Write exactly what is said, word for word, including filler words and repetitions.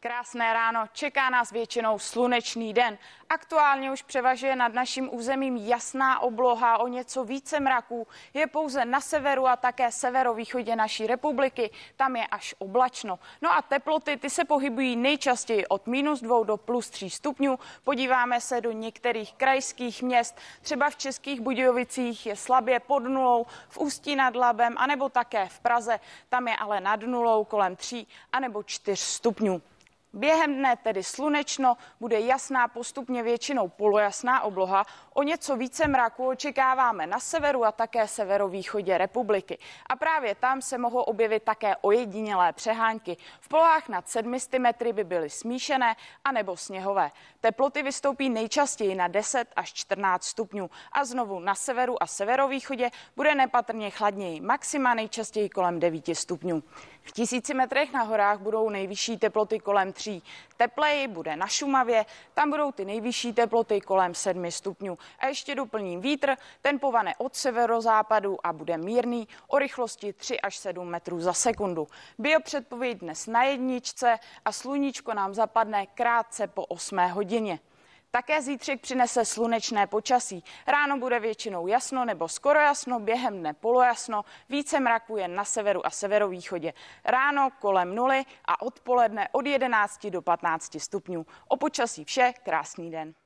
Krásné ráno, čeká nás většinou slunečný den. Aktuálně už převažuje nad naším územím jasná obloha, o něco více mraků. Je pouze na severu a také severovýchodě naší republiky, tam je až oblačno. No a teploty, ty se pohybují nejčastěji od minus dvou do plus tří stupňů. Podíváme se do některých krajských měst, třeba v Českých Budějovicích je slabě pod nulou, v Ústí nad Labem, anebo také v Praze, tam je ale nad nulou kolem tří anebo čtyř stupňů. Během dne tedy slunečno, bude jasná, postupně většinou polojasná obloha. O něco více mraku očekáváme na severu a také severovýchodě republiky. A právě tam se mohou objevit také ojedinělé přehánky. V polohách nad sedmi sty metry by byly smíšené anebo sněhové. Teploty vystoupí nejčastěji na deset až čtrnáct stupňů. A znovu na severu a severovýchodě bude nepatrně chladněji, maxima nejčastěji kolem devíti stupňů. V tisíci metrech na horách budou nejvyšší teploty kolem tří. Tepleji bude na Šumavě, tam budou ty nejvyšší teploty kolem sedmi stupňů. A ještě doplním vítr, ten povane od severozápadu a bude mírný o rychlosti tři až sedm metrů za sekundu. Biopředpověď dnes na jedničce a sluníčko nám zapadne krátce po osmé hodině. Také zítřek přinese slunečné počasí. Ráno bude většinou jasno nebo skoro jasno, během dne polojasno, více mraků jen na severu a severovýchodě. Ráno kolem nuly a odpoledne od jedenácti do patnácti stupňů. O počasí vše, krásný den.